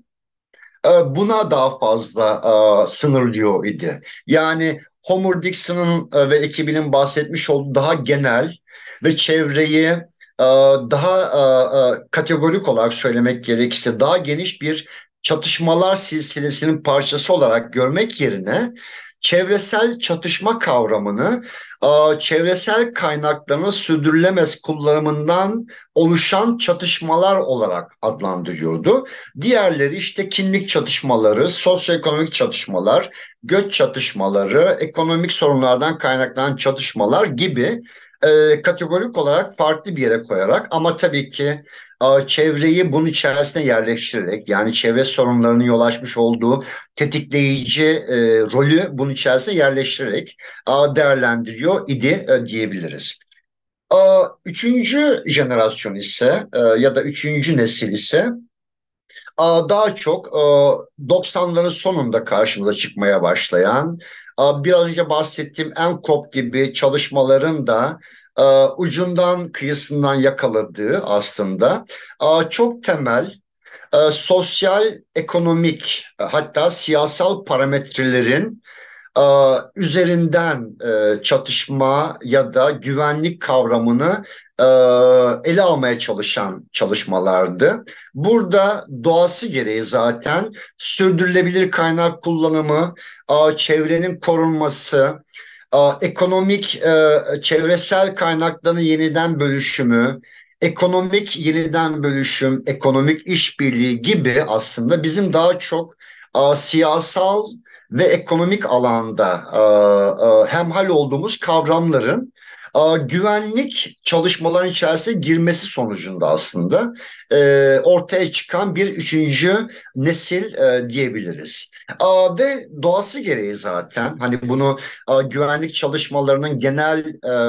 e, buna daha fazla e, sınırlıyor idi. Yani Homer Dixon'ın e, ve ekibinin bahsetmiş olduğu daha genel ve çevreyi e, daha e, e, kategorik olarak söylemek gerekirse daha geniş bir çatışmalar silsilesinin parçası olarak görmek yerine çevresel çatışma kavramını e, çevresel kaynakların sürdürülemez kullanımından oluşan çatışmalar olarak adlandırıyordu. Diğerleri işte kimlik çatışmaları, sosyoekonomik çatışmalar, göç çatışmaları, ekonomik sorunlardan kaynaklanan çatışmalar gibi e, kategorik olarak farklı bir yere koyarak ama tabii ki e, çevreyi bunun içerisine yerleştirerek yani çevre sorunlarının yol açmış olduğu tetikleyici e, rolü bunun içerisine yerleştirerek e, değerlendiriyor idi e, diyebiliriz. E, Üçüncü jenerasyon ise e, ya da üçüncü nesil ise Aa, daha çok e, doksanların sonunda karşımıza çıkmaya başlayan, a, biraz önce bahsettiğim ENKOP gibi çalışmaların da e, ucundan kıyısından yakaladığı aslında a, çok temel e, sosyal, ekonomik e, hatta siyasal parametrelerin e, üzerinden e, çatışma ya da güvenlik kavramını e, ele almaya çalışan çalışmalardı. Burada doğası gereği zaten sürdürülebilir kaynak kullanımı, e, çevrenin korunması, e, ekonomik e, çevresel kaynakların yeniden bölüşümü, ekonomik yeniden bölüşüm, ekonomik işbirliği gibi aslında bizim daha çok e, siyasal ve ekonomik alanda e, e, hemhal olduğumuz kavramların e, güvenlik çalışmaların içerisine girmesi sonucunda aslında e, ortaya çıkan bir üçüncü nesil e, diyebiliriz. E, ve doğası gereği zaten hani bunu e, güvenlik çalışmalarının genel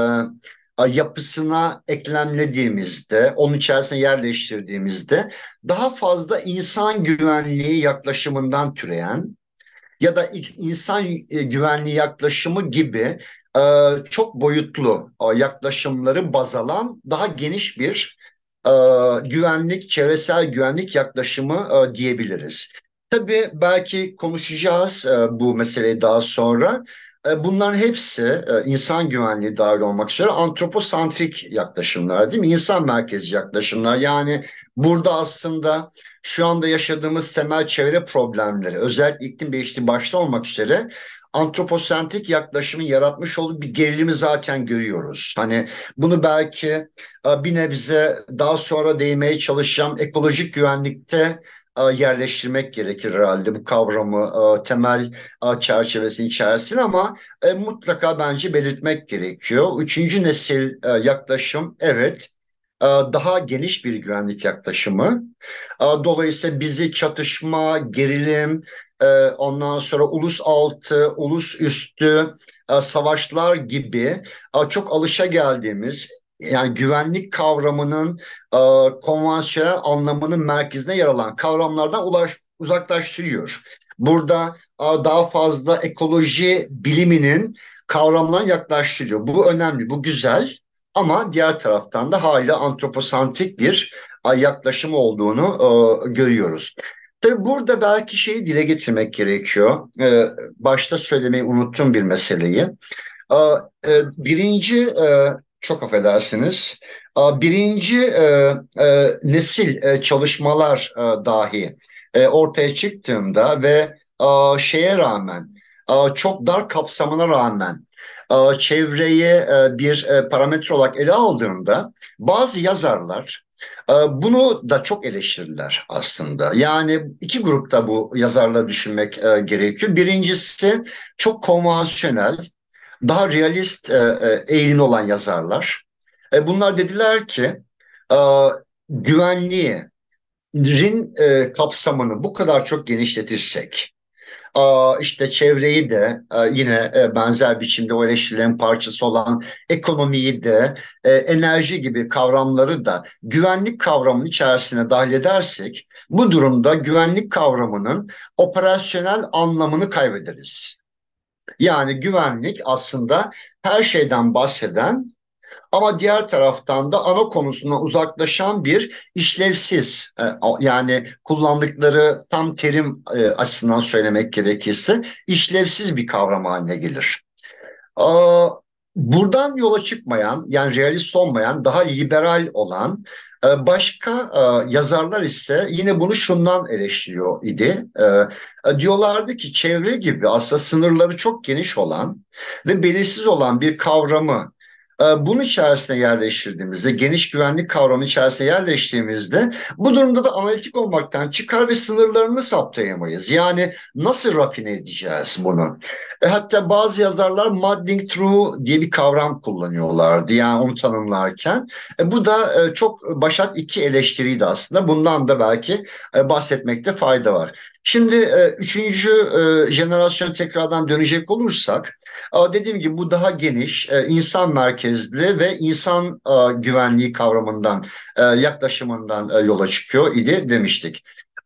e, yapısına eklemlediğimizde, onun içerisine yerleştirdiğimizde daha fazla insan güvenliği yaklaşımından türeyen ya da insan e, güvenliği yaklaşımı gibi e, çok boyutlu e, yaklaşımları baz alan daha geniş bir e, güvenlik, çevresel güvenlik yaklaşımı e, diyebiliriz. Tabii belki konuşacağız e, bu meseleyi daha sonra. E, bunların hepsi e, insan güvenliği dahil olmak üzere antroposantrik yaklaşımlar değil mi? İnsan merkezci yaklaşımlar. Yani burada aslında şu anda yaşadığımız temel çevre problemleri, özellikle iklim değişikliği başta olmak üzere antroposentrik yaklaşımın yaratmış olduğu bir gerilimi zaten görüyoruz. Hani bunu belki e, bir nebze daha sonra değinmeye çalışacağım ekolojik güvenlikte e, yerleştirmek gerekir herhalde bu kavramı e, temel e, çerçevesi içerisinde ama e, mutlaka bence belirtmek gerekiyor. Üçüncü nesil e, yaklaşım evet e, daha geniş bir güvenlik yaklaşımı. E, Dolayısıyla bizi çatışma, gerilim, e, ondan sonra ulus altı, ulus üstü e, savaşlar gibi e, çok alışa geldiğimiz yani güvenlik kavramının e, konvansiyonel anlamının merkezine yer alan kavramlardan ulaş, uzaklaştırıyor. Burada e, daha fazla ekoloji biliminin kavramlarına yaklaştırıyor. Bu önemli, bu güzel. Ama diğer taraftan da hala antroposantrik bir yaklaşım olduğunu e, görüyoruz. Tabii burada belki şeyi dile getirmek gerekiyor. E, başta söylemeyi unuttum bir meseleyi. E, e, birinci, e, çok affedersiniz, e, birinci e, e, nesil e, çalışmalar e, dahi e, ortaya çıktığında ve e, şeye rağmen, e, çok dar kapsamına rağmen e, çevreyi e, bir e, parametre olarak ele aldığında bazı yazarlar e, bunu da çok eleştirdiler aslında. Yani iki grupta bu yazarları düşünmek e, gerekiyor. Birincisi çok konvansiyonel, daha realist e, e, eğilimli olan yazarlar. E, bunlar dediler ki e, güvenliğin e, kapsamını bu kadar çok genişletirsek, Aa, işte çevreyi de e, yine e, benzer biçimde o eleştirilerin parçası olan ekonomiyi de e, enerji gibi kavramları da güvenlik kavramının içerisine dahil edersek bu durumda güvenlik kavramının operasyonel anlamını kaybederiz. Yani güvenlik aslında her şeyden bahseden ama diğer taraftan da ana konusundan uzaklaşan bir işlevsiz e, yani kullandıkları tam terim e, açısından söylemek gerekirse işlevsiz bir kavram haline gelir. Buradan yola çıkmayan, yani realist olmayan, daha liberal olan e, başka e, yazarlar ise yine bunu şundan eleştiriyor idi. E, e, diyorlardı ki çevre gibi aslında sınırları çok geniş olan ve belirsiz olan bir kavramı e, bunun içerisine yerleştirdiğimizde, geniş güvenlik kavramı içerisine yerleştiğimizde bu durumda da analitik olmaktan çıkar ve sınırlarını saptayamayız. Yani nasıl rafine edeceğiz bunu? E, hatta bazı yazarlar mudding through diye bir kavram kullanıyorlardı. Yani onu tanımlarken. E, bu da e, çok başat iki eleştiriydi aslında. Bundan da belki e, bahsetmekte fayda var. Şimdi e, üçüncü e, jenerasyon tekrardan dönecek olursak, e, dediğim gibi bu daha geniş, e, insan merkezli ve insan e, güvenliği kavramından, e, yaklaşımından e, yola çıkıyor idi demiştik.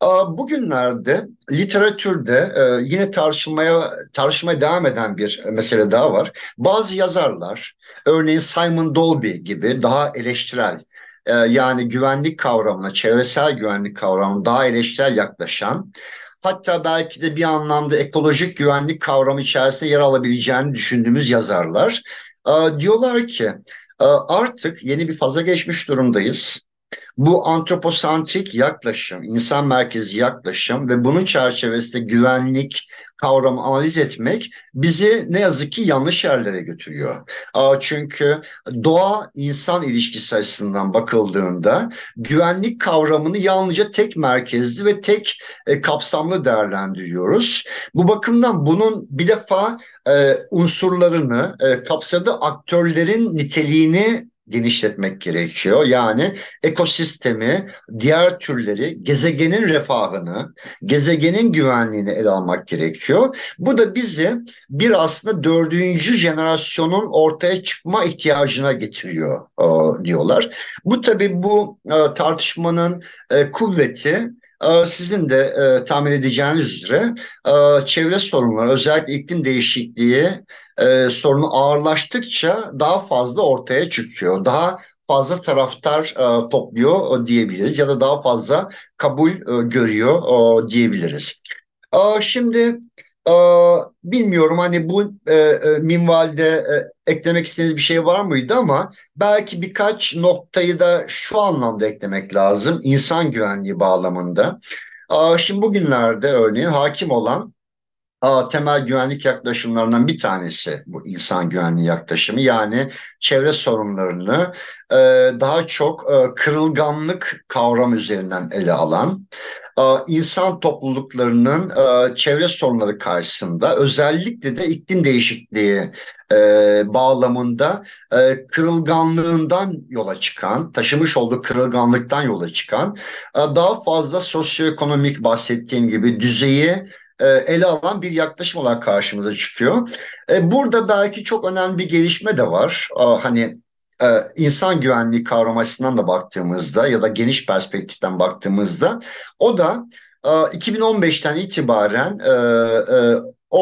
Bugünlerde literatürde e, yine tartışmaya tartışmaya devam eden bir mesele daha var. Bazı yazarlar, örneğin Simon Dolby gibi daha eleştirel, e, yani güvenlik kavramına, çevresel güvenlik kavramına daha eleştirel yaklaşan, hatta belki de bir anlamda ekolojik güvenlik kavramı içerisinde yer alabileceğini düşündüğümüz yazarlar, e, diyorlar ki e, artık yeni bir faza geçmiş durumdayız. Bu antroposantrik yaklaşım, insan merkezi yaklaşım ve bunun çerçevesinde güvenlik kavramı analiz etmek bizi ne yazık ki yanlış yerlere götürüyor. Çünkü doğa-insan ilişkisi açısından bakıldığında güvenlik kavramını yalnızca tek merkezli ve tek e, kapsamlı değerlendiriyoruz. Bu bakımdan bunun bir defa e, unsurlarını, e, kapsadığı aktörlerin niteliğini genişletmek gerekiyor. Yani ekosistemi, diğer türleri, gezegenin refahını, gezegenin güvenliğini ele almak gerekiyor. Bu da bizi bir aslında dördüncü jenerasyonun ortaya çıkma ihtiyacına getiriyor e, diyorlar. Bu tabii bu e, tartışmanın e, kuvveti e, sizin de e, tahmin edeceğiniz üzere e, çevre sorunları, özellikle iklim değişikliği e, sorunu ağırlaştıkça daha fazla ortaya çıkıyor. Daha fazla taraftar e, topluyor e, diyebiliriz ya da daha fazla kabul e, görüyor e, diyebiliriz. E, şimdi e, bilmiyorum hani bu e, e, minvalde e, eklemek istediğiniz bir şey var mıydı, ama belki birkaç noktayı da şu anlamda eklemek lazım insan güvenliği bağlamında. E, şimdi bugünlerde örneğin hakim olan Aa, temel güvenlik yaklaşımlarından bir tanesi bu insan güvenliği yaklaşımı. Yani çevre sorunlarını e, daha çok e, kırılganlık kavramı üzerinden ele alan, e, insan topluluklarının e, çevre sorunları karşısında özellikle de iklim değişikliği e, bağlamında e, kırılganlığından yola çıkan, taşımış olduğu kırılganlıktan yola çıkan, e, daha fazla sosyoekonomik bahsettiğim gibi düzeyi e, ele alan bir yaklaşım olarak karşımıza çıkıyor. E, burada belki çok önemli bir gelişme de var. Aa, Hani e, insan güvenliği kavramı açısından da baktığımızda ya da geniş perspektiften baktığımızda o da e, iki bin on beşten itibaren e, e,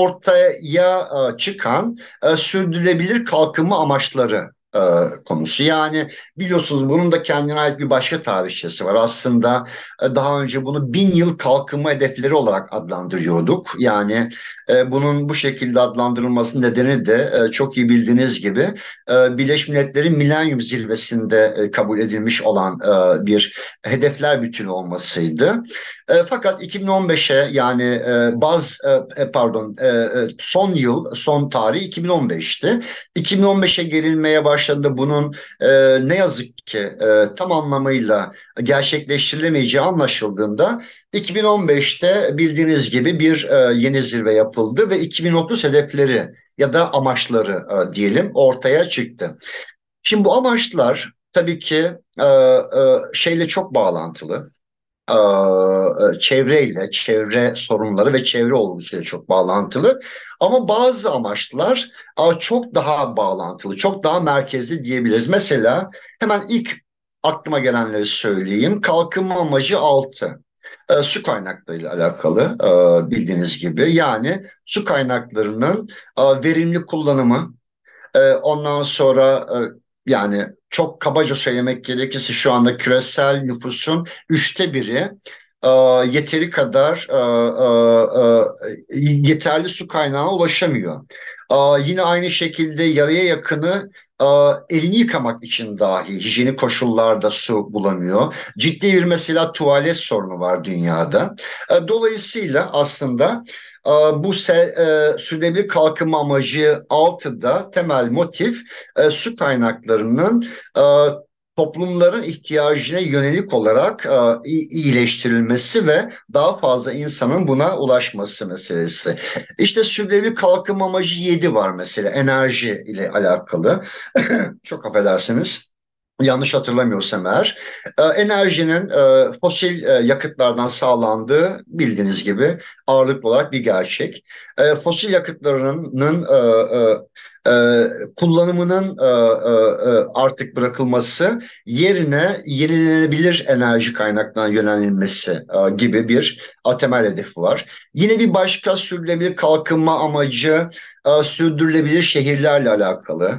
ortaya e, çıkan e, sürdürülebilir kalkınma amaçları e, konusu. Yani biliyorsunuz bunun da kendine ait bir başka tarihçesi var. Aslında e, daha önce bunu bin yıl kalkınma hedefleri olarak adlandırıyorduk. Yani e, bunun bu şekilde adlandırılması nedeni de e, çok iyi bildiğiniz gibi e, Birleşmiş Milletler'in Milenyum Zirvesi'nde e, kabul edilmiş olan e, bir hedefler bütünü olmasıydı. E, fakat iki bin on beşe yani e, baz e, e, pardon e, e, son yıl son tarih iki bin on beşti. iki bin on beşe gelinmeye başladı. Bunun e, ne yazık ki e, tam anlamıyla gerçekleştirilemeyeceği anlaşıldığında iki bin on beşte bildiğiniz gibi bir e, yeni zirve yapıldı ve iki bin otuz hedefleri ya da amaçları e, diyelim ortaya çıktı. Şimdi bu amaçlar tabii ki e, e, şeyle çok bağlantılı. E, e, çevreyle, çevre sorunları ve çevre olgusuyla çok bağlantılı. Ama bazı amaçlar e, çok daha bağlantılı, çok daha merkezli diyebiliriz. Mesela hemen ilk aklıma gelenleri söyleyeyim. Kalkınma amacı altı. E, su kaynaklarıyla alakalı e, bildiğiniz gibi. Yani su kaynaklarının e, verimli kullanımı, e, ondan sonra e, yani çok kabaca söylemek gerekirse şu anda küresel nüfusun üçte biri e, yeteri kadar e, e, e, yeterli su kaynağına ulaşamıyor. Aa, yine aynı şekilde yarıya yakını aa, elini yıkamak için dahi hijyenik koşullarda su bulamıyor. Ciddi bir mesela tuvalet sorunu var dünyada. E, Dolayısıyla aslında aa, bu se, e, sürdürülebilir kalkınma amacı altıda temel motif e, su kaynaklarının e, toplumların ihtiyacına yönelik olarak e, i- iyileştirilmesi ve daha fazla insanın buna ulaşması meselesi. İşte sürdürülebilir kalkınma amacı yedi var mesela enerji ile alakalı. Çok affedersiniz. Yanlış hatırlamıyorsam eğer. E, enerjinin e, fosil e, yakıtlardan sağlandığı bildiğiniz gibi ağırlıklı olarak bir gerçek. E, fosil yakıtlarının e, e, e, kullanımının e, e, e, artık bırakılması yerine yenilenebilir enerji kaynaklarına yönelilmesi e, gibi bir e, temel hedefi var. Yine bir başka sürdürülebilir kalkınma amacı e, sürdürülebilir şehirlerle alakalı.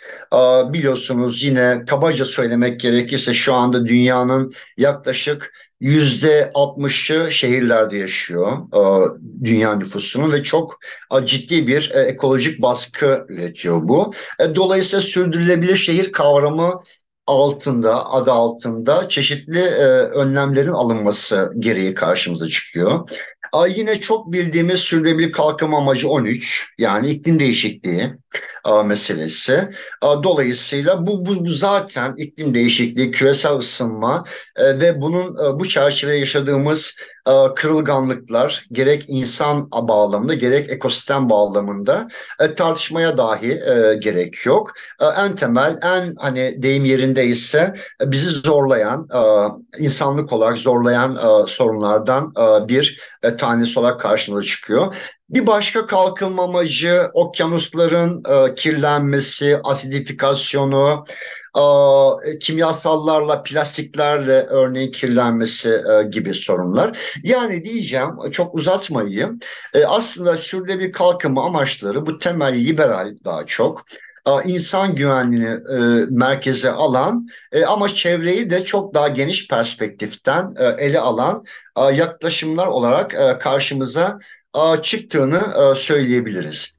Aa, biliyorsunuz yine kabaca söylemek gerekirse şu anda dünyanın yaklaşık yüzde altmışı şehirlerde yaşıyor aa, dünya nüfusunun ve çok aa, ciddi bir e, ekolojik baskı üretiyor bu. E, dolayısıyla sürdürülebilir şehir kavramı altında, adı altında çeşitli e, önlemlerin alınması gereği karşımıza çıkıyor. Aa, yine çok bildiğimiz sürdürülebilir kalkınma amacı on üç yani iklim değişikliği aa, meselesi. Dolayısıyla bu, bu, bu zaten iklim değişikliği, küresel ısınma e, ve bunun e, bu çerçevede yaşadığımız e, kırılganlıklar gerek insan bağlamında gerek ekosistem bağlamında e, tartışmaya dahi e, gerek yok. E, en temel, en hani deyim yerindeyse e, bizi zorlayan, e, insanlık olarak zorlayan e, sorunlardan e, bir e, tanesi olarak karşımıza çıkıyor. Bir başka kalkınma amacı okyanusların e, kirlenmesi, asidifikasyonu, e, kimyasallarla, plastiklerle örneğin kirlenmesi e, gibi sorunlar. Yani diyeceğim çok uzatmayayım. E, aslında sürdürülebilir kalkınma amaçları bu temel liberal daha çok. E, insan güvenliğini e, merkeze alan e, ama çevreyi de çok daha geniş perspektiften e, ele alan e, yaklaşımlar olarak e, karşımıza e, çıktığını e, söyleyebiliriz.